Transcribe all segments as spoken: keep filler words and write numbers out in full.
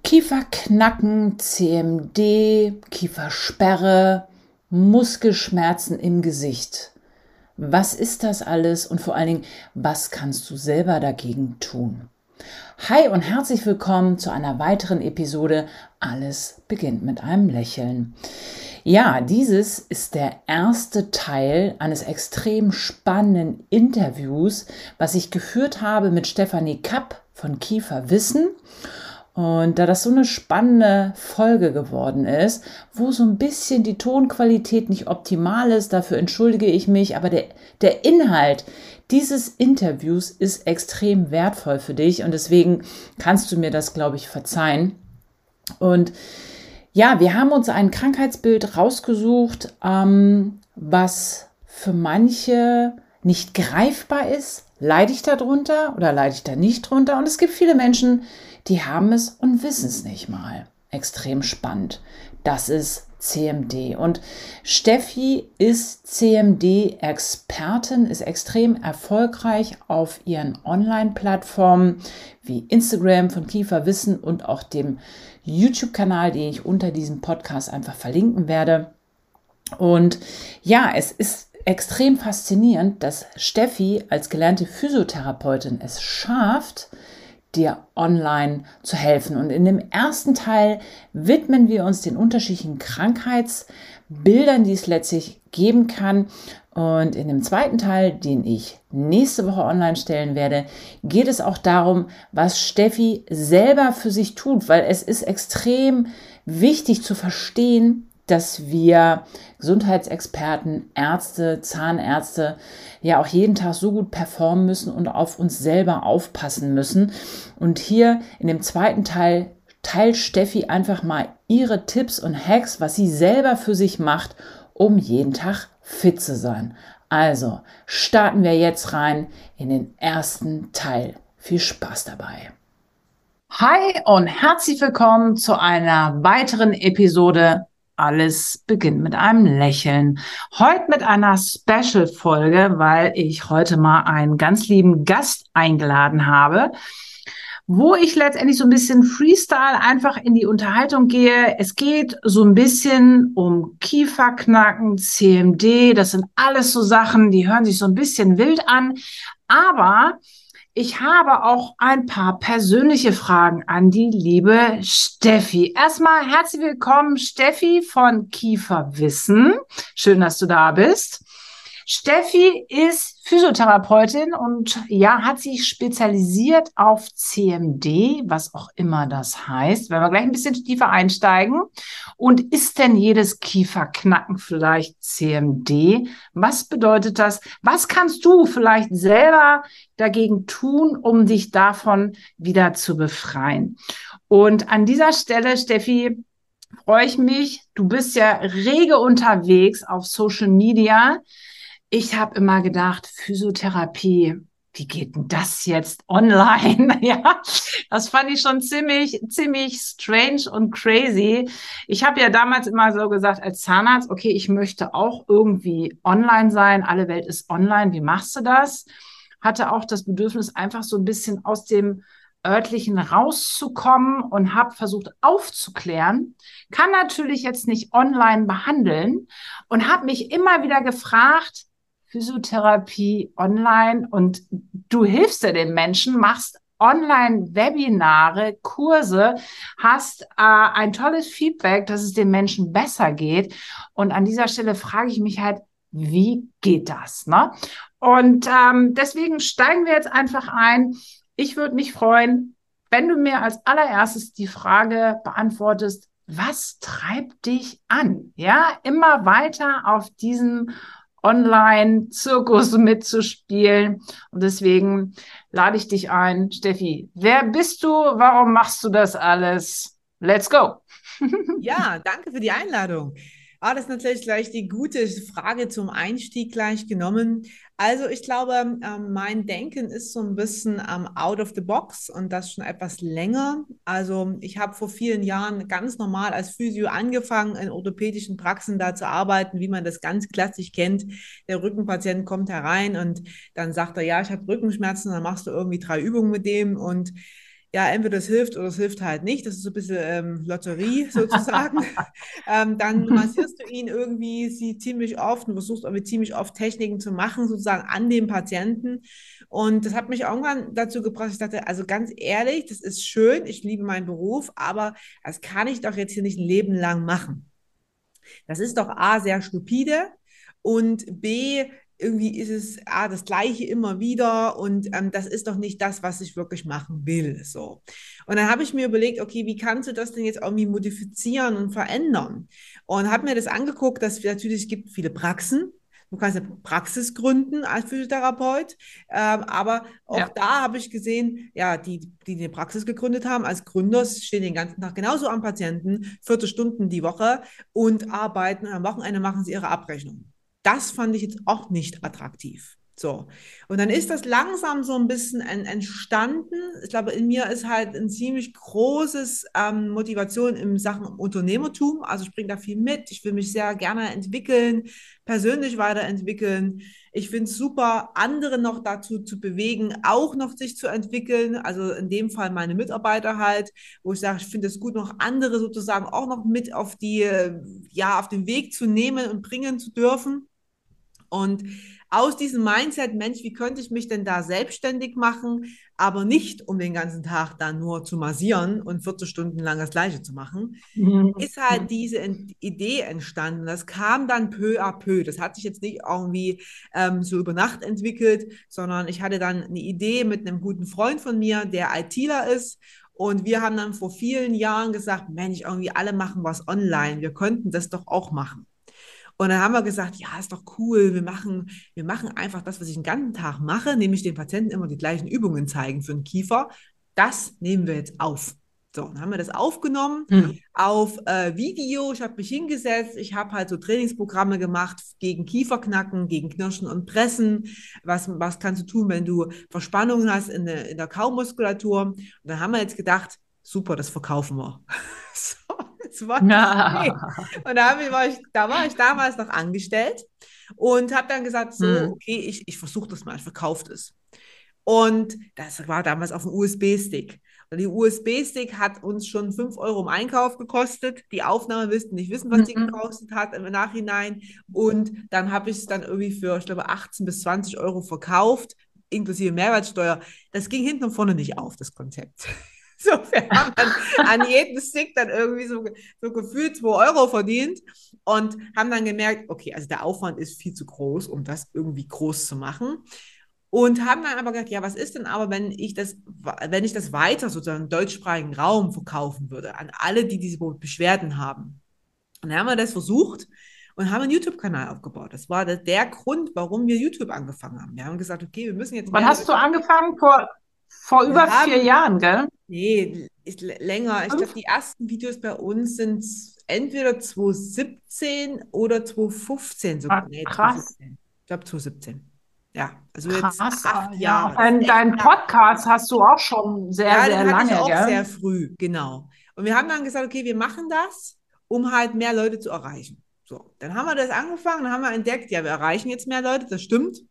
Kieferknacken, C M D, Kiefersperre, Muskelschmerzen im Gesicht. Was ist das alles und vor allen Dingen, was kannst du selber dagegen tun? Hi und herzlich willkommen zu einer weiteren Episode Alles beginnt mit einem Lächeln. Ja, dieses ist der erste Teil eines extrem spannenden Interviews, was ich geführt habe mit Stefanie Kapp von Kieferwissen. Und da das so eine spannende Folge geworden ist, wo so ein bisschen die Tonqualität nicht optimal ist, dafür entschuldige ich mich, aber der, der Inhalt dieses Interviews ist extrem wertvoll für dich und deswegen kannst du mir das, glaube ich, verzeihen. Und ja, wir haben uns ein Krankheitsbild rausgesucht, ähm, was für manche nicht greifbar ist. Leide ich da drunter oder leide ich da nicht drunter? Und es gibt viele Menschen, die haben es und wissen es nicht mal. Extrem spannend. Das ist C M D. Und Steffi ist C M D-Expertin, ist extrem erfolgreich auf ihren Online-Plattformen wie Instagram von Kieferwissen und auch dem YouTube-Kanal, den ich unter diesem Podcast einfach verlinken werde. Und ja, es ist extrem faszinierend, dass Steffi als gelernte Physiotherapeutin es schafft, dir online zu helfen. Und in dem ersten Teil widmen wir uns den unterschiedlichen Krankheitsbildern, die es letztlich geben kann. Und in dem zweiten Teil, den ich nächste Woche online stellen werde, geht es auch darum, was Steffi selber für sich tut, weil es ist extrem wichtig zu verstehen, dass wir Gesundheitsexperten, Ärzte, Zahnärzte ja auch jeden Tag so gut performen müssen und auf uns selber aufpassen müssen. Und hier in dem zweiten Teil teilt Steffi einfach mal ihre Tipps und Hacks, was sie selber für sich macht, um jeden Tag fit zu sein. Also starten wir jetzt rein in den ersten Teil. Viel Spaß dabei. Hi und herzlich willkommen zu einer weiteren Episode Alles beginnt mit einem Lächeln. Heute mit einer Special-Folge, weil ich heute mal einen ganz lieben Gast eingeladen habe, wo ich letztendlich so ein bisschen Freestyle einfach in die Unterhaltung gehe. Es geht so ein bisschen um Kieferknacken, C M D. Das sind alles so Sachen, die hören sich so ein bisschen wild an. Aber ich habe auch ein paar persönliche Fragen an die liebe Steffi. Erstmal herzlich willkommen, Steffi von Kieferwissen. Schön, dass du da bist. Steffi ist Physiotherapeutin und ja, hat sich spezialisiert auf C M D, was auch immer das heißt. Wenn wir gleich ein bisschen tiefer einsteigen. Und ist denn jedes Kieferknacken vielleicht C M D? Was bedeutet das? Was kannst du vielleicht selber dagegen tun, um dich davon wieder zu befreien? Und an dieser Stelle, Steffi, freue ich mich. Du bist ja rege unterwegs auf Social Media. Ich habe immer gedacht, Physiotherapie, wie geht denn das jetzt online? Ja, das fand ich schon ziemlich, ziemlich strange und crazy. Ich habe ja damals immer so gesagt als Zahnarzt, okay, ich möchte auch irgendwie online sein. Alle Welt ist online. Wie machst du das? Hatte auch das Bedürfnis, einfach so ein bisschen aus dem örtlichen rauszukommen und habe versucht aufzuklären. Kann natürlich jetzt nicht online behandeln und habe mich immer wieder gefragt, Physiotherapie online und du hilfst ja den Menschen, machst Online-Webinare, Kurse, hast äh, ein tolles Feedback, dass es den Menschen besser geht. Und an dieser Stelle frage ich mich halt, wie geht das? Ne? Und ähm, deswegen steigen wir jetzt einfach ein. Ich würde mich freuen, wenn du mir als allererstes die Frage beantwortest, was treibt dich an? Ja, immer weiter auf diesem Online-Zirkus mitzuspielen. Und deswegen lade ich dich ein. Steffi, wer bist du? Warum machst du das alles? Let's go! Ja, danke für die Einladung. Ah, das ist natürlich gleich die gute Frage zum Einstieg gleich genommen. Also ich glaube, ähm, mein Denken ist so ein bisschen ähm, out of the box und das schon etwas länger. Also ich habe vor vielen Jahren ganz normal als Physio angefangen, in orthopädischen Praxen da zu arbeiten, wie man das ganz klassisch kennt. Der Rückenpatient kommt herein und dann sagt er, ja, ich habe Rückenschmerzen, dann machst du irgendwie drei Übungen mit dem und ja, entweder es hilft oder es hilft halt nicht. Das ist so ein bisschen ähm, Lotterie sozusagen. ähm, dann massierst du ihn irgendwie sie ziemlich oft und versuchst irgendwie ziemlich oft Techniken zu machen, sozusagen an dem Patienten. Und das hat mich irgendwann dazu gebracht, ich dachte, also ganz ehrlich, das ist schön, ich liebe meinen Beruf, aber das kann ich doch jetzt hier nicht ein Leben lang machen. Das ist doch A, sehr stupide und B, irgendwie ist es A, das Gleiche immer wieder und ähm, das ist doch nicht das, was ich wirklich machen will. So. Und dann habe ich mir überlegt, okay, wie kannst du das denn jetzt irgendwie modifizieren und verändern? Und habe mir das angeguckt, dass es natürlich gibt viele Praxen. Du kannst eine Praxis gründen als Physiotherapeut, ähm, aber auch Ja. da habe ich gesehen, ja, die, die eine Praxis gegründet haben, als Gründer stehen den ganzen Tag genauso am Patienten, vierzig Stunden die Woche und arbeiten. Am Wochenende machen sie ihre Abrechnung. Das fand ich jetzt auch nicht attraktiv. So. Und dann ist das langsam so ein bisschen entstanden. Ich glaube, in mir ist halt ein ziemlich großes ähm, Motivation in Sachen Unternehmertum. Also ich bringe da viel mit. Ich will mich sehr gerne entwickeln, persönlich weiterentwickeln. Ich finde es super, andere noch dazu zu bewegen, auch noch sich zu entwickeln. Also in dem Fall meine Mitarbeiter halt, wo ich sage, ich finde es gut, noch andere sozusagen auch noch mit auf die, ja, auf den Weg zu nehmen und bringen zu dürfen. Und aus diesem Mindset, Mensch, wie könnte ich mich denn da selbstständig machen, aber nicht um den ganzen Tag da nur zu massieren und vierzig Stunden lang das Gleiche zu machen, Mhm. ist halt diese Idee entstanden. Das kam dann peu à peu. Das hat sich jetzt nicht irgendwie ähm, so über Nacht entwickelt, sondern ich hatte dann eine Idee mit einem guten Freund von mir, der ITler ist. Und wir haben dann vor vielen Jahren gesagt, Mensch, irgendwie alle machen was online. Wir könnten das doch auch machen. Und dann haben wir gesagt, ja, ist doch cool, wir machen, wir machen einfach das, was ich den ganzen Tag mache, nämlich den Patienten immer die gleichen Übungen zeigen für den Kiefer. Das nehmen wir jetzt auf. So, dann haben wir das aufgenommen Mhm. auf äh, Video. Ich habe mich hingesetzt, ich habe halt so Trainingsprogramme gemacht gegen Kieferknacken, gegen Knirschen und Pressen. Was, was kannst du tun, wenn du Verspannungen hast in, der- in der Kaumuskulatur? Und dann haben wir jetzt gedacht, super, das verkaufen wir. So, das war die Idee. Ja. Und da, hab ich, war ich, da war ich damals noch angestellt und habe dann gesagt, so, Mhm. okay, ich, ich versuche das mal, ich verkaufe das. Und das war damals auf dem U S B-Stick. Und die U S B-Stick hat uns schon fünf Euro im Einkauf gekostet. Die Aufnahme willst du nicht wissen, was die Mhm. gekostet hat im Nachhinein. Und dann habe ich es dann irgendwie für, ich glaube, achtzehn bis zwanzig Euro verkauft, inklusive Mehrwertsteuer. Das ging hinten und vorne nicht auf, das Konzept. So, wir haben dann an jedem Stick dann irgendwie so, so gefühlt zwei Euro verdient und haben dann gemerkt, okay, also der Aufwand ist viel zu groß, um das irgendwie groß zu machen. Und haben dann aber gesagt, ja, was ist denn aber, wenn ich das, wenn ich das weiter sozusagen im deutschsprachigen Raum verkaufen würde, an alle, die diese Beschwerden haben. Und dann haben wir das versucht und haben einen YouTube-Kanal aufgebaut. Das war der, der Grund, warum wir YouTube angefangen haben. Wir haben gesagt, okay, wir müssen jetzt Wann mehr hast du Leute. angefangen? Vor, vor Wir über vier haben, Jahren, gell? nee, ist länger. Ich glaube, Fünf? die ersten Videos bei uns sind entweder zwanzig siebzehn oder zwanzig fünfzehn sogar. Ah, Nee, krass. zwanzig siebzehn. Ich glaube zwanzig siebzehn. Ja, also jetzt Krass. acht Ah, ja, auch Jahre. Das ist dein, echt dein lang. Podcast hast du auch schon sehr, Ja, sehr den hatte ich lange, auch gell? sehr früh, genau. Und wir haben dann gesagt, okay, wir machen das, um halt mehr Leute zu erreichen. So, dann haben wir das angefangen, dann haben wir entdeckt, ja, wir erreichen jetzt mehr Leute, das stimmt.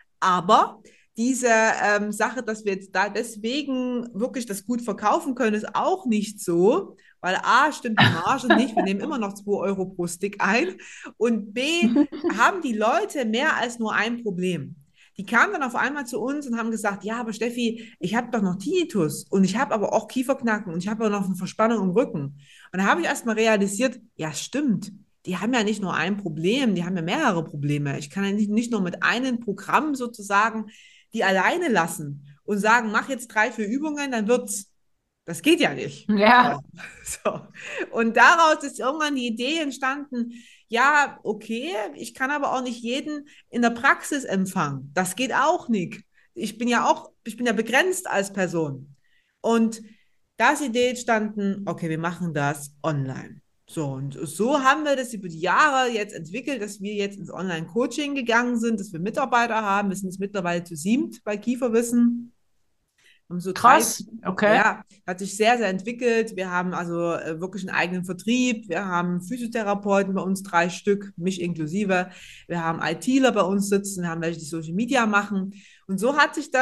Aber diese ähm, Sache, dass wir jetzt da deswegen wirklich das gut verkaufen können, ist auch nicht so, weil A, stimmt die Marge nicht, wir nehmen immer noch zwei Euro pro Stick ein und B, haben die Leute mehr als nur ein Problem. Die kamen dann auf einmal zu uns und haben gesagt, ja, aber Steffi, ich habe doch noch Tinnitus und ich habe aber auch Kieferknacken und ich habe auch noch eine Verspannung im Rücken. Und da habe ich erst mal realisiert, ja, stimmt. Die haben ja nicht nur ein Problem, die haben ja mehrere Probleme. Ich kann ja nicht, nicht nur mit einem Programm sozusagen die alleine lassen und sagen, mach jetzt drei, vier Übungen, dann wird's. Das geht ja nicht. Ja, So. So. Und daraus ist irgendwann die Idee entstanden, ja, okay, ich kann aber auch nicht jeden in der Praxis empfangen. Das geht auch nicht. Ich bin ja auch, ich bin ja begrenzt als Person. Und da ist die Idee entstanden, okay, wir machen das online. So, und so haben wir das über die Jahre jetzt entwickelt, dass wir jetzt ins Online-Coaching gegangen sind, dass wir Mitarbeiter haben. Wir sind jetzt mittlerweile zu siebt bei Kieferwissen. Wir haben so drei, krass. Okay. ja, hat sich sehr, sehr entwickelt. Wir haben also äh, wirklich einen eigenen Vertrieb. Wir haben Physiotherapeuten bei uns, drei Stück, mich inklusive. Wir haben ITler bei uns sitzen, wir haben welche, die Social Media machen. Und so hat sich das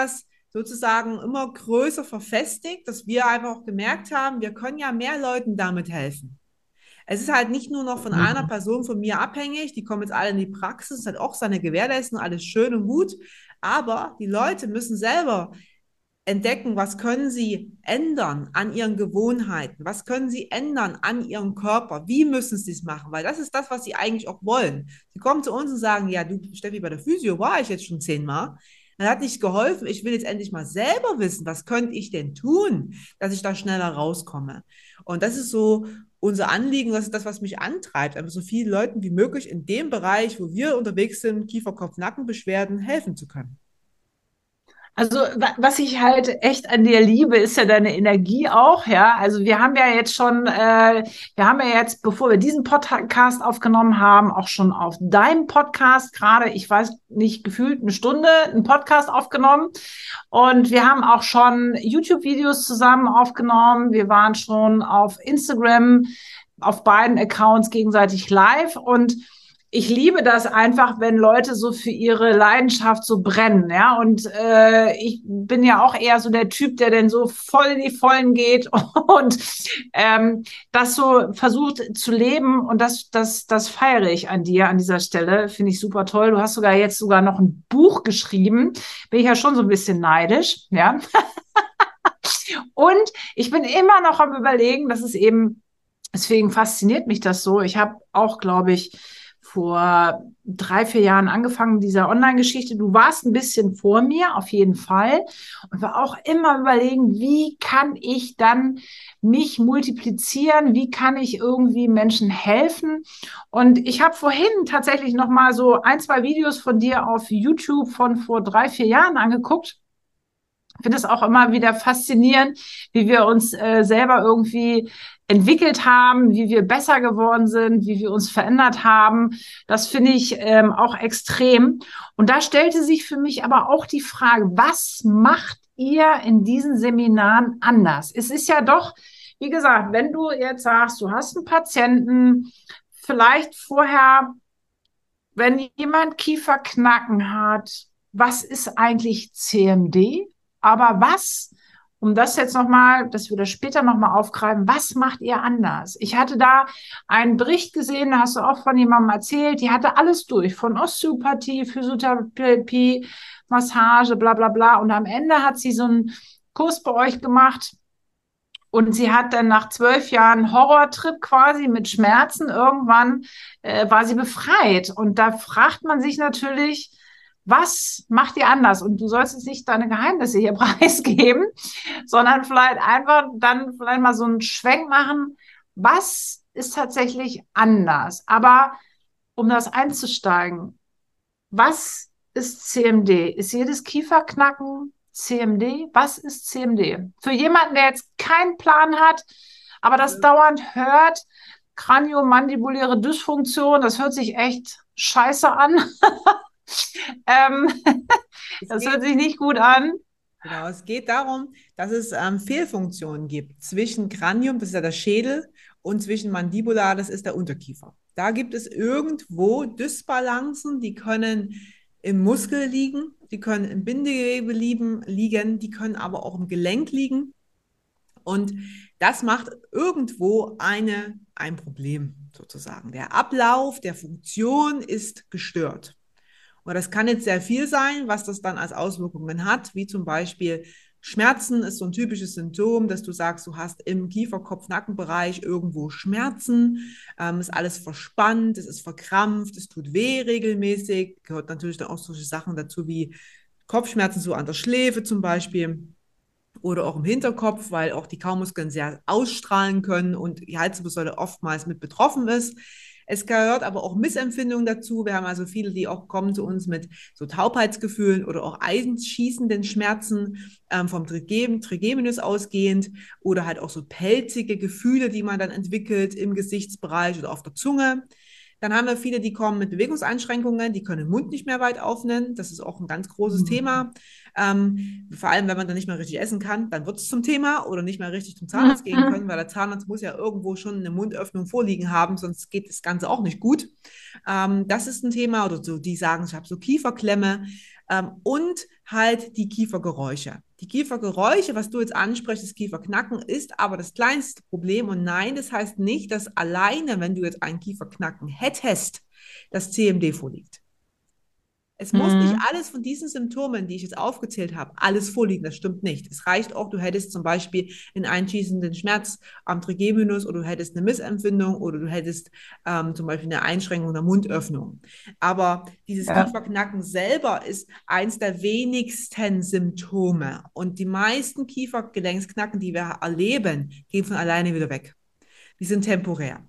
sozusagen immer größer verfestigt, dass wir einfach auch gemerkt haben, wir können ja mehr Leuten damit helfen. Es ist halt nicht nur noch von einer Mhm. Person von mir abhängig, die kommen jetzt alle in die Praxis, hat auch seine Gewährleistung, alles schön und gut, aber die Leute müssen selber entdecken, was können sie ändern an ihren Gewohnheiten, was können sie ändern an ihrem Körper, wie müssen sie es machen, weil das ist das, was sie eigentlich auch wollen. Sie kommen zu uns und sagen, ja, du, Steffi, bei der Physio war ich jetzt schon zehnmal, das hat nicht geholfen, ich will jetzt endlich mal selber wissen, was könnte ich denn tun, dass ich da schneller rauskomme. Und das ist so unser Anliegen, das ist das, was mich antreibt, einfach so vielen Leuten wie möglich in dem Bereich, wo wir unterwegs sind, Kiefer, Kopf, Nackenbeschwerden, helfen zu können. Also, wa- was ich halt echt an dir liebe, ist ja deine Energie auch, ja. Also, wir haben ja jetzt schon, äh, wir haben ja jetzt, bevor wir diesen Podcast aufgenommen haben, auch schon auf deinem Podcast gerade, ich weiß nicht, gefühlt eine Stunde, einen Podcast aufgenommen. Und wir haben auch schon YouTube-Videos zusammen aufgenommen. Wir waren schon auf Instagram, auf beiden Accounts gegenseitig live und ich liebe das einfach, wenn Leute so für ihre Leidenschaft so brennen, ja. Und äh, ich bin ja auch eher so der Typ, der dann so voll in die Vollen geht und ähm, das so versucht zu leben. Und das, das, das feiere ich an dir an dieser Stelle. Finde ich super toll. Du hast sogar jetzt sogar noch ein Buch geschrieben. Bin ich ja schon so ein bisschen neidisch, ja. Und ich bin immer noch am Überlegen, das ist eben, deswegen fasziniert mich das so. Ich habe auch, glaube ich, vor drei, vier Jahren angefangen mit dieser Online-Geschichte. Du warst ein bisschen vor mir, auf jeden Fall. Und war auch immer überlegen, wie kann ich dann mich multiplizieren? Wie kann ich irgendwie Menschen helfen? Und ich habe vorhin tatsächlich noch mal so ein, zwei Videos von dir auf YouTube von vor drei, vier Jahren angeguckt. Ich finde es auch immer wieder faszinierend, wie wir uns äh, selber irgendwie entwickelt haben, wie wir besser geworden sind, wie wir uns verändert haben. Das finde ich ähm, auch extrem. Und da stellte sich für mich aber auch die Frage, was macht ihr in diesen Seminaren anders? Es ist ja doch, wie gesagt, wenn du jetzt sagst, du hast einen Patienten, vielleicht vorher, wenn jemand Kieferknacken hat, was ist eigentlich C M D? Aber was, um das jetzt nochmal, dass wir das später nochmal aufgreifen, was macht ihr anders? Ich hatte da einen Bericht gesehen, da hast du auch von jemandem erzählt, die hatte alles durch, von Osteopathie, Physiotherapie, Massage, bla bla bla. Und am Ende hat sie so einen Kurs bei euch gemacht, und sie hat dann nach zwölf Jahren Horrortrip quasi mit Schmerzen irgendwann äh, war sie befreit. Und da fragt man sich natürlich, was macht ihr anders? Und du sollst jetzt nicht deine Geheimnisse hier preisgeben, sondern vielleicht einfach dann vielleicht mal so einen Schwenk machen. Was ist tatsächlich anders? Aber um das einzusteigen, was ist C M D? Ist jedes Kieferknacken C M D? Was ist C M D? Für jemanden, der jetzt keinen Plan hat, aber das dauernd hört, Kraniomandibuläre Dysfunktion, das hört sich echt scheiße an. ähm, Es das hört geht sich nicht gut an. Genau, es geht darum, dass es ähm, Fehlfunktionen gibt zwischen Kranium, das ist ja der Schädel, und zwischen Mandibular, das ist der Unterkiefer. Da gibt es irgendwo Dysbalancen, die können im Muskel liegen, die können im Bindegewebe liegen, liegen, die können aber auch im Gelenk liegen. Und das macht irgendwo eine, ein Problem sozusagen. Der Ablauf der Funktion ist gestört. Und das kann jetzt sehr viel sein, was das dann als Auswirkungen hat, wie zum Beispiel Schmerzen ist so ein typisches Symptom, dass du sagst, du hast im Kiefer-Kopf-Nackenbereich irgendwo Schmerzen, ähm, ist alles verspannt, es ist verkrampft, es tut weh regelmäßig, gehört natürlich dann auch solche Sachen dazu wie Kopfschmerzen so an der Schläfe zum Beispiel oder auch im Hinterkopf, weil auch die Kaumuskeln sehr ausstrahlen können und die Halswirbelsäule oftmals mit betroffen ist. Es gehört aber auch Missempfindung dazu. Wir haben also viele, die auch kommen zu uns mit so Taubheitsgefühlen oder auch eisenschießenden Schmerzen ähm, vom Trigem Trigeminus ausgehend oder halt auch so pelzige Gefühle, die man dann entwickelt im Gesichtsbereich oder auf der Zunge. Dann haben wir viele, die kommen mit Bewegungseinschränkungen, die können den Mund nicht mehr weit aufnehmen. Das ist auch ein ganz großes Thema. Ähm, vor allem, wenn man dann nicht mehr richtig essen kann, dann wird es zum Thema oder nicht mehr richtig zum Zahnarzt gehen können, weil der Zahnarzt muss ja irgendwo schon eine Mundöffnung vorliegen haben, sonst geht das Ganze auch nicht gut. Ähm, das ist ein Thema. Oder so, die sagen, ich habe so Kieferklemme. ähm, und halt die Kiefergeräusche. Die Kiefergeräusche, was du jetzt ansprichst, das Kieferknacken, ist aber das kleinste Problem. Und nein, das heißt nicht, dass alleine, wenn du jetzt ein Kieferknacken hättest, das C M D vorliegt. Es muss nicht Mhm. alles von diesen Symptomen, die ich jetzt aufgezählt habe, alles vorliegen. Das stimmt nicht. Es reicht auch, du hättest zum Beispiel einen einschießenden Schmerz am Trigeminus oder du hättest eine Missempfindung oder du hättest ähm, zum Beispiel eine Einschränkung der Mundöffnung. Aber dieses Ja. Kieferknacken selber ist eins der wenigsten Symptome. Und die meisten Kiefergelenksknacken, die wir erleben, gehen von alleine wieder weg. Die sind temporär.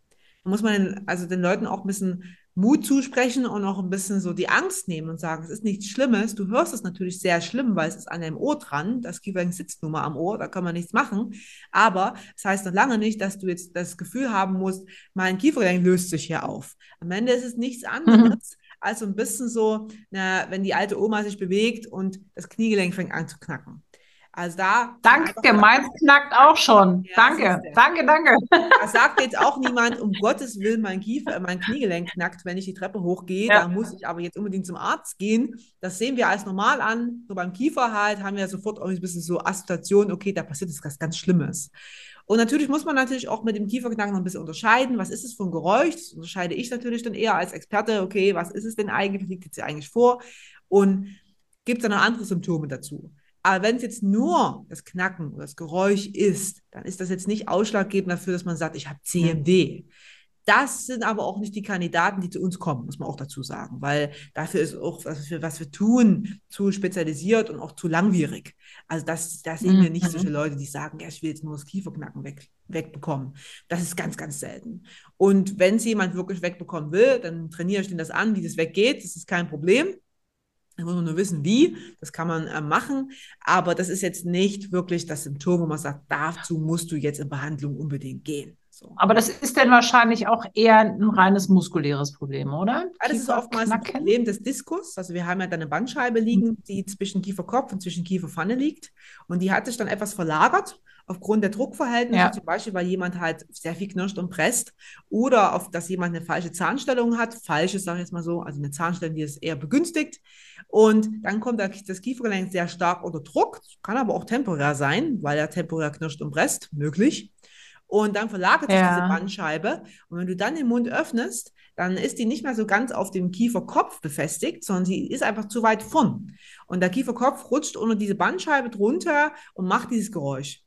Da muss man also den Leuten auch ein bisschen Mut zusprechen und auch ein bisschen so die Angst nehmen und sagen, es ist nichts Schlimmes. Du hörst es natürlich sehr schlimm, weil es ist an deinem Ohr dran. Das Kiefergelenk sitzt nun mal am Ohr, da kann man nichts machen. Aber das heißt noch lange nicht, dass du jetzt das Gefühl haben musst, mein Kiefergelenk löst sich hier auf. Am Ende ist es nichts anderes als so ein bisschen so, na, wenn die alte Oma sich bewegt und das Kniegelenk fängt an zu knacken. Also da Danke, meins knackt auch schon. ja, Danke, danke, danke. da sagt jetzt auch niemand, um Gottes Willen, mein Kiefer, äh, mein Kniegelenk knackt, wenn ich die Treppe hochgehe. Da Ja. muss ich aber jetzt unbedingt zum Arzt gehen. Das sehen wir als normal an. So beim Kiefer halt haben wir sofort auch ein bisschen so Assoziation, okay, da passiert jetzt was ganz Schlimmes. Und natürlich muss man natürlich auch mit dem Kieferknacken noch ein bisschen unterscheiden. Was ist es für ein Geräusch? Das unterscheide ich natürlich dann eher als Experte. Okay, was ist es denn eigentlich? Was liegt jetzt hier eigentlich vor? Und gibt es dann noch andere Symptome dazu? Aber wenn es jetzt nur das Knacken oder das Geräusch ist, dann ist das jetzt nicht ausschlaggebend dafür, dass man sagt, ich habe C M D. Das sind aber auch nicht die Kandidaten, die zu uns kommen, muss man auch dazu sagen, weil dafür ist auch, was wir, was wir tun, zu spezialisiert und auch zu langwierig. Also das, da sehen wir nicht solche Mhm. Leute, die sagen, ja, ich will jetzt nur das Kieferknacken weg, wegbekommen. Das ist ganz, ganz selten. Und wenn es jemand wirklich wegbekommen will, dann trainiere ich den das an, wie das weggeht. Das ist kein Problem. Da muss man nur wissen, wie. Das kann man äh, machen. Aber das ist jetzt nicht wirklich das Symptom, wo man sagt, dazu musst du jetzt in Behandlung unbedingt gehen. So. Aber das ist dann wahrscheinlich auch eher ein reines muskuläres Problem, oder? Ja, das ist oftmals ein Kieferknacken? Problem des Diskus. Also wir haben ja dann eine Bandscheibe liegen, die zwischen Kieferkopf und zwischen Kieferpfanne liegt. Und die hat sich dann etwas verlagert aufgrund der Druckverhältnisse, Ja. zum Beispiel, weil jemand halt sehr viel knirscht und presst oder auf, dass jemand eine falsche Zahnstellung hat. Falsche, sage ich jetzt mal so, also eine Zahnstellung, die es eher begünstigt. Und dann kommt das Kiefergelenk sehr stark unter Druck. Kann aber auch temporär sein, weil er temporär knirscht und presst, möglich. Und dann verlagert sich diese Ja. Bandscheibe. Und wenn du dann den Mund öffnest, dann ist die nicht mehr so ganz auf dem Kieferkopf befestigt, sondern sie ist einfach zu weit vorn. Und der Kieferkopf rutscht unter diese Bandscheibe drunter und macht dieses Geräusch.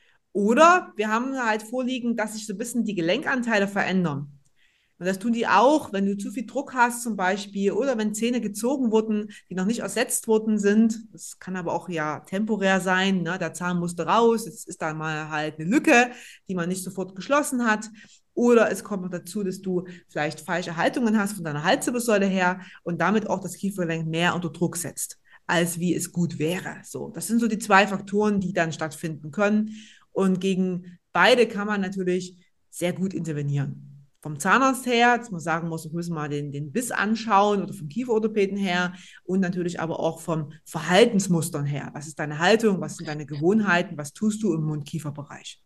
Oder wir haben halt vorliegen, dass sich so ein bisschen die Gelenkanteile verändern. Und das tun die auch, wenn du zu viel Druck hast zum Beispiel oder wenn Zähne gezogen wurden, die noch nicht ersetzt worden sind. Das kann aber auch ja temporär sein. Ne? Der Zahn musste raus, jetzt ist da mal halt eine Lücke, die man nicht sofort geschlossen hat. Oder es kommt noch dazu, dass du vielleicht falsche Haltungen hast von deiner Halswirbelsäule her und damit auch das Kiefergelenk mehr unter Druck setzt, als wie es gut wäre. So, das sind so die zwei Faktoren, die dann stattfinden können. Und gegen beide kann man natürlich sehr gut intervenieren. Vom Zahnarzt her, dass man sagen muss, wir müssen mal den, den Biss anschauen oder vom Kieferorthopäden her und natürlich aber auch vom Verhaltensmustern her. Was ist deine Haltung, was sind deine Gewohnheiten, was tust du im Mund-Kiefer-Bereich?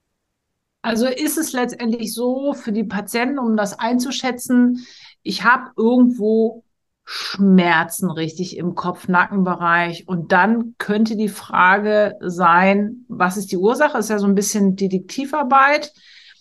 Also ist es letztendlich so für die Patienten, um das einzuschätzen, ich habe irgendwo Schmerzen richtig im Kopf-Nacken-Bereich und dann könnte die Frage sein, was ist die Ursache? Ist ja so ein bisschen Detektivarbeit.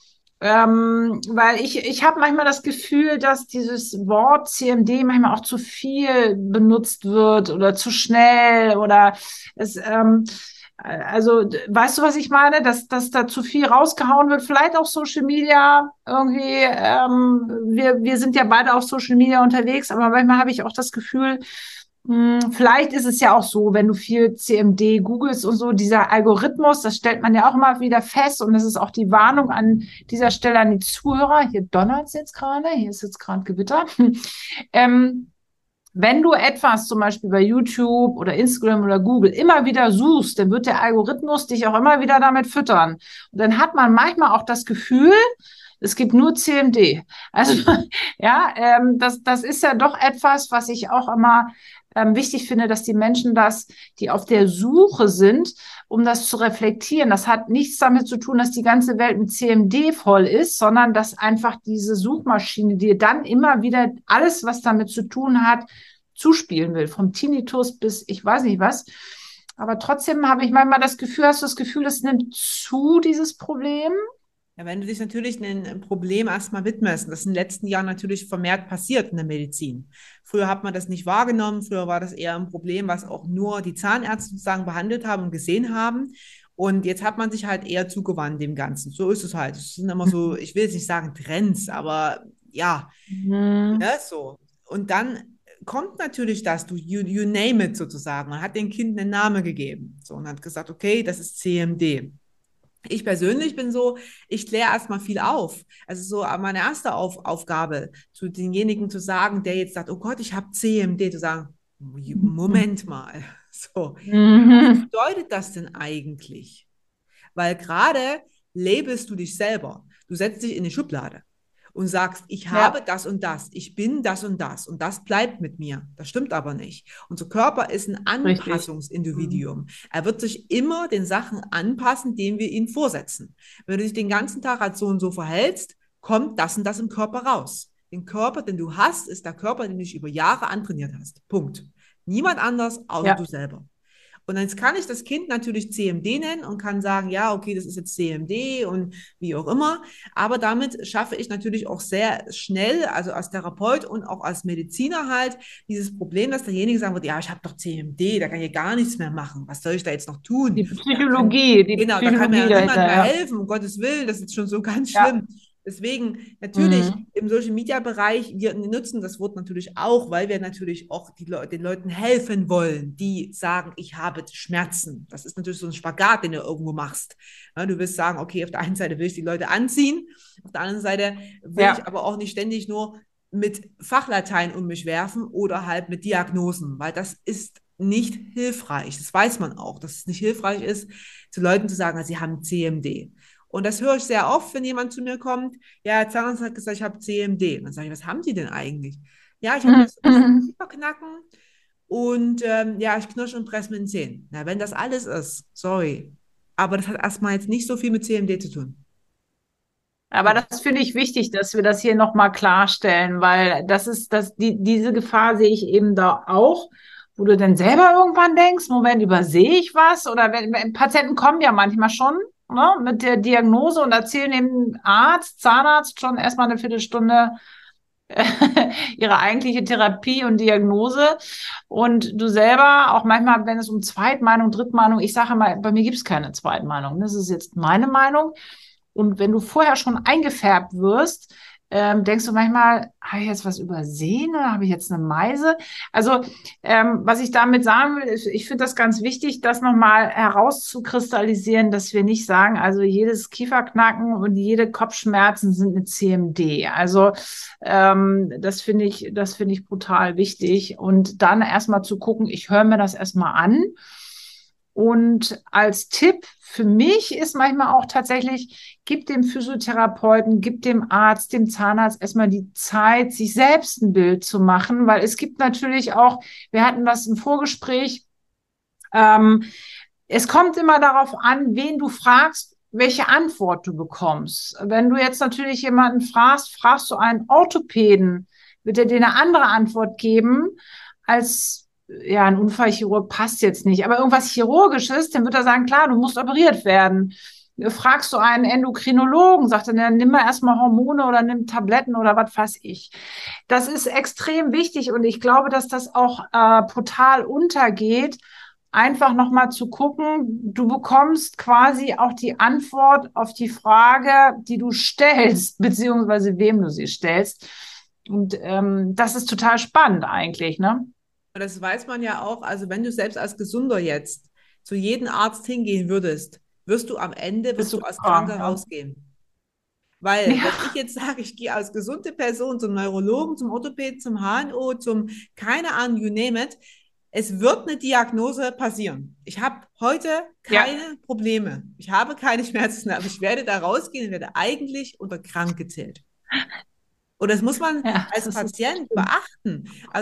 Ähm, weil ich, ich habe manchmal das Gefühl, dass dieses Wort C M D manchmal auch zu viel benutzt wird oder zu schnell oder es, ähm, also, weißt du, was ich meine? Dass, dass da zu viel rausgehauen wird. Vielleicht auch Social Media irgendwie. Ähm, wir, wir sind ja beide auf Social Media unterwegs, aber manchmal habe ich auch das Gefühl, mh, vielleicht ist es ja auch so, wenn du viel C M D googelst und so, dieser Algorithmus, das stellt man ja auch immer wieder fest und das ist auch die Warnung an dieser Stelle an die Zuhörer. Hier donnert es jetzt gerade, hier ist jetzt gerade Gewitter. ähm, Wenn du etwas zum Beispiel bei YouTube oder Instagram oder Google immer wieder suchst, dann wird der Algorithmus dich auch immer wieder damit füttern. Und dann hat man manchmal auch das Gefühl, es gibt nur C M D. Also ja, ähm, das, das ist ja doch etwas, was ich auch immer ähm, wichtig finde, dass die Menschen das, die auf der Suche sind, um das zu reflektieren. Das hat nichts damit zu tun, dass die ganze Welt mit C M D voll ist, sondern dass einfach diese Suchmaschine dir dann immer wieder alles, was damit zu tun hat, zuspielen will, vom Tinnitus bis ich weiß nicht was. Aber trotzdem habe ich manchmal das Gefühl, hast du das Gefühl, es nimmt zu, dieses Problem? Ja, wenn du dich natürlich einem Problem erstmal widmest, und das ist in den letzten Jahren natürlich vermehrt passiert in der Medizin. Früher hat man das nicht wahrgenommen, früher war das eher ein Problem, was auch nur die Zahnärzte sozusagen behandelt haben und gesehen haben. Und jetzt hat man sich halt eher zugewandt dem Ganzen. So ist es halt. Es sind immer so, ich will jetzt nicht sagen Trends, aber ja, Mhm. ne, so. Und dann kommt natürlich das, du, you, you name it sozusagen. Man hat dem Kind einen Namen gegeben. So, und hat gesagt, okay, das ist C M D. Ich persönlich bin so, ich kläre erstmal viel auf. Also so meine erste auf, Aufgabe, zu denjenigen zu sagen, der jetzt sagt, oh Gott, ich habe C M D, zu sagen, Moment mal, so, was Mhm. bedeutet das denn eigentlich? Weil gerade labelst du dich selber. Du setzt dich in die Schublade und sagst, ich habe Ja, das und das, ich bin das und das und das bleibt mit mir. Das stimmt aber nicht. Unser Körper ist ein richtig. Mhm. Anpassungsindividuum. Er wird sich immer den Sachen anpassen, denen wir ihn vorsetzen. Wenn du dich den ganzen Tag als so und so verhältst, kommt das und das im Körper raus. Den Körper, den du hast, ist der Körper, den du dich über Jahre antrainiert hast. Punkt. Niemand anders, außer du Ja. selber. Und jetzt kann ich das Kind natürlich C M D nennen und kann sagen, ja, okay, das ist jetzt C M D und wie auch immer. Aber damit schaffe ich natürlich auch sehr schnell, also als Therapeut und auch als Mediziner halt, dieses Problem, dass derjenige sagen wird, ja, ich habe doch C M D, da kann ich gar nichts mehr machen. Was soll ich da jetzt noch tun? Die Da kann, Psychologie, die genau, da kann mir Psychologie ja niemand dahinter, mehr ja. helfen, um Gottes Willen, das ist schon so ganz Ja. schlimm. Deswegen natürlich Mhm. im Social Media Bereich, wir nutzen das Wort natürlich auch, weil wir natürlich auch die Le den Leuten helfen wollen, die sagen, ich habe Schmerzen. Das ist natürlich so ein Spagat, den du irgendwo machst. Ja, du willst sagen, okay, auf der einen Seite will ich die Leute anziehen, auf der anderen Seite will ich Ja. aber auch nicht ständig nur mit Fachlatein um mich werfen oder halt mit Diagnosen, weil das ist nicht hilfreich. Das weiß man auch, dass es nicht hilfreich ist, zu Leuten zu sagen, sie haben C M D. Und das höre ich sehr oft, wenn jemand zu mir kommt. Ja, der Zahnarzt hat gesagt, ich habe C M D. Und dann sage ich, was haben Sie denn eigentlich? Ja, ich habe das, das Mhm. Kieferknacken und ähm, ja, ich knirsche und presse mit den Zähnen. Na, wenn das alles ist, sorry. Aber das hat erstmal jetzt nicht so viel mit C M D zu tun. Aber So. das finde ich wichtig, dass wir das hier nochmal klarstellen, weil das ist, das, die, diese Gefahr sehe ich eben da auch, wo du dann selber irgendwann denkst, Moment, übersehe ich was? Oder wenn, wenn Patienten kommen ja manchmal schon, ne, mit der Diagnose und erzählen dem Arzt, Zahnarzt schon erstmal eine Viertelstunde ihre eigentliche Therapie und Diagnose. Und du selber, auch manchmal, wenn es um Zweitmeinung, Drittmeinung, ich sage immer, bei mir gibt es keine Zweitmeinung. Das ist jetzt meine Meinung. Und wenn du vorher schon eingefärbt wirst, ähm, denkst du manchmal, habe ich jetzt was übersehen oder habe ich jetzt eine Meise? Also, ähm, was ich damit sagen will, ist, ich finde das ganz wichtig, das nochmal herauszukristallisieren, dass wir nicht sagen, also jedes Kieferknacken und jede Kopfschmerzen sind eine C M D. Also, ähm, das finde ich, das finde ich brutal wichtig. Und dann erstmal zu gucken, ich höre mir das erstmal an. Und als Tipp für mich ist manchmal auch tatsächlich, gib dem Physiotherapeuten, gib dem Arzt, dem Zahnarzt erstmal die Zeit, sich selbst ein Bild zu machen, weil es gibt natürlich auch, wir hatten das im Vorgespräch, ähm, es kommt immer darauf an, wen du fragst, welche Antwort du bekommst. Wenn du jetzt natürlich jemanden fragst, fragst du einen Orthopäden, wird er dir eine andere Antwort geben als ja, ein Unfallchirurg passt jetzt nicht, aber irgendwas Chirurgisches, dann wird er sagen, klar, du musst operiert werden. Fragst du einen Endokrinologen, sagt er, dann nimm mal erstmal Hormone oder nimm Tabletten oder was weiß ich. Das ist extrem wichtig und ich glaube, dass das auch äh, brutal untergeht, einfach nochmal zu gucken, du bekommst quasi auch die Antwort auf die Frage, die du stellst, beziehungsweise wem du sie stellst. Und ähm, das ist total spannend eigentlich, ne? Und das weiß man ja auch, also wenn du selbst als Gesunder jetzt zu jedem Arzt hingehen würdest, wirst du am Ende, Bist wirst du du als krank, Kranker ja? rausgehen. Weil, wenn ich Ja. jetzt sage, ich gehe als gesunde Person zum Neurologen, zum Orthopäden, zum H N O, zum, keine Ahnung, you name it, es wird eine Diagnose passieren. Ich habe heute Ja. keine Probleme. Ich habe keine Schmerzen, aber ich werde da rausgehen und werde eigentlich unter krank gezählt. Und das muss man Ja, als das ist Patient stimmt. beachten. Also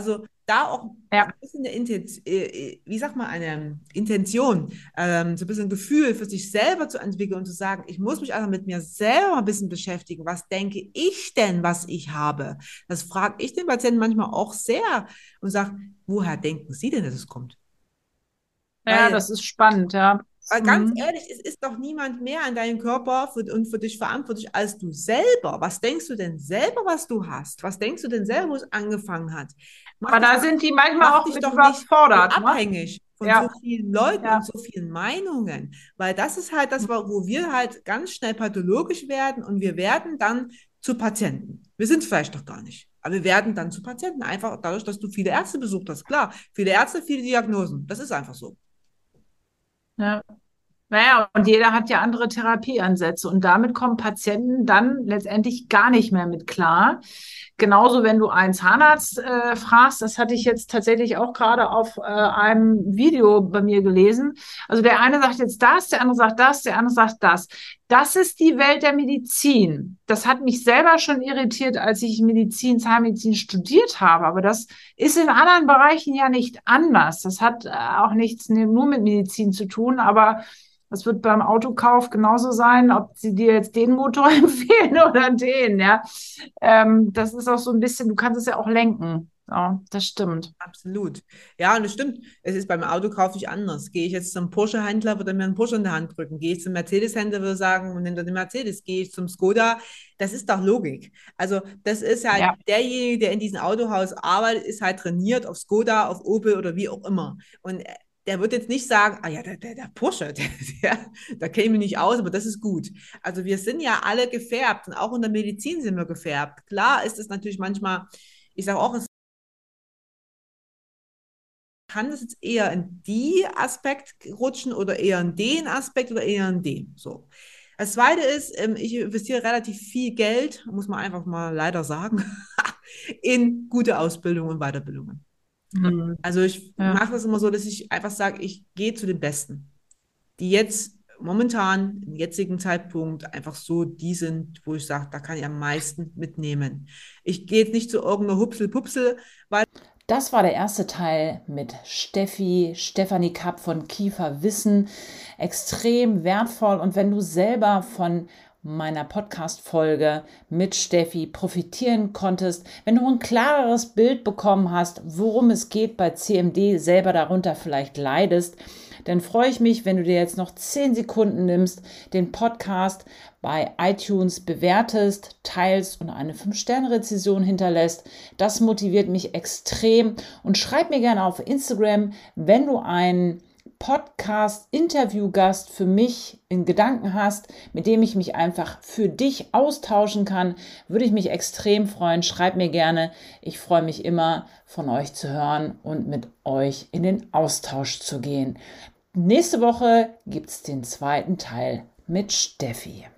da auch Ja. ein bisschen eine Intention, äh, wie sagt man, eine Intention, ähm, so ein bisschen ein Gefühl für sich selber zu entwickeln und zu sagen, ich muss mich einfach mit mir selber ein bisschen beschäftigen. Was denke ich denn, was ich habe? Das frage ich den Patienten manchmal auch sehr und sage, woher denken Sie denn, dass es kommt? Ja, Weil das ist spannend, ja. weil ganz Mhm. ehrlich, es ist doch niemand mehr an deinem Körper für, und für dich verantwortlich als du selber. Was denkst du denn selber, was du hast? Was denkst du denn selber, wo es angefangen hat? Mach Aber dich da doch, sind die manchmal mach auch dich mit doch nicht so überfordert, ne? abhängig von so Ja, vielen Leuten ja. und so vielen Meinungen. Weil das ist halt das, wo wir halt ganz schnell pathologisch werden und wir werden dann zu Patienten. Wir sind es vielleicht doch gar nicht. Aber wir werden dann zu Patienten, einfach dadurch, dass du viele Ärzte besucht hast. Klar, viele Ärzte, viele Diagnosen. Das ist einfach so. Ja. Naja, und jeder hat ja andere Therapieansätze und damit kommen Patienten dann letztendlich gar nicht mehr mit klar. Genauso, wenn du einen Zahnarzt äh, fragst, das hatte ich jetzt tatsächlich auch gerade auf äh, einem Video bei mir gelesen. Also der eine sagt jetzt das, der andere sagt das, der andere sagt das. Das ist die Welt der Medizin. Das hat mich selber schon irritiert, als ich Medizin, Zahnmedizin studiert habe. Aber das ist in anderen Bereichen ja nicht anders. Das hat äh, auch nichts nur mit Medizin zu tun, aber das wird beim Autokauf genauso sein, ob sie dir jetzt den Motor empfehlen oder den, ja. Ähm, das ist auch so ein bisschen, du kannst es ja auch lenken. Ja, das stimmt. Absolut. Ja, und das stimmt. Es ist beim Autokauf nicht anders. Gehe ich jetzt zum Porsche-Händler, würde er mir einen Porsche in der Hand drücken. Gehe ich zum Mercedes-Händler, würde er sagen, nimm doch den Mercedes. Gehe ich zum Skoda. Das ist doch Logik. Also, das ist halt Ja, derjenige, der in diesem Autohaus arbeitet, ist halt trainiert auf Skoda, auf Opel oder wie auch immer. Und äh, der wird jetzt nicht sagen, ah ja, der, der, der Porsche, der, der, da kenne ich mich nicht aus, aber das ist gut. Also wir sind ja alle gefärbt und auch in der Medizin sind wir gefärbt. Klar ist es natürlich manchmal, ich sage auch, es kann das jetzt eher in die Aspekt rutschen oder eher in den Aspekt oder eher in den. So. Das Zweite ist, ähm, ich investiere relativ viel Geld, muss man einfach mal leider sagen, in gute Ausbildung und Weiterbildungen. hm, Also ich ja. mache das immer so, dass ich einfach sage, ich gehe zu den Besten, die jetzt momentan, im jetzigen Zeitpunkt einfach so die sind, wo ich sage, da kann ich am meisten mitnehmen. Ich gehe jetzt nicht zu irgendeiner Hupsel-Pupsel, weil Das war der erste Teil mit Steffi, Stefanie Kapp von Kiefer Wissen. Extrem wertvoll. Und wenn du selber von meiner Podcast-Folge mit Steffi profitieren konntest, wenn du ein klareres Bild bekommen hast, worum es geht bei C M D, selber darunter vielleicht leidest, dann freue ich mich, wenn du dir jetzt noch zehn Sekunden nimmst, den Podcast bei iTunes bewertest, teilst und eine fünf Sterne Rezension hinterlässt. Das motiviert mich extrem und schreib mir gerne auf Instagram, wenn du einen Podcast-Interview-Gast für mich in Gedanken hast, mit dem ich mich einfach für dich austauschen kann, würde ich mich extrem freuen. Schreib mir gerne. Ich freue mich immer, von euch zu hören und mit euch in den Austausch zu gehen. Nächste Woche gibt es den zweiten Teil mit Steffi.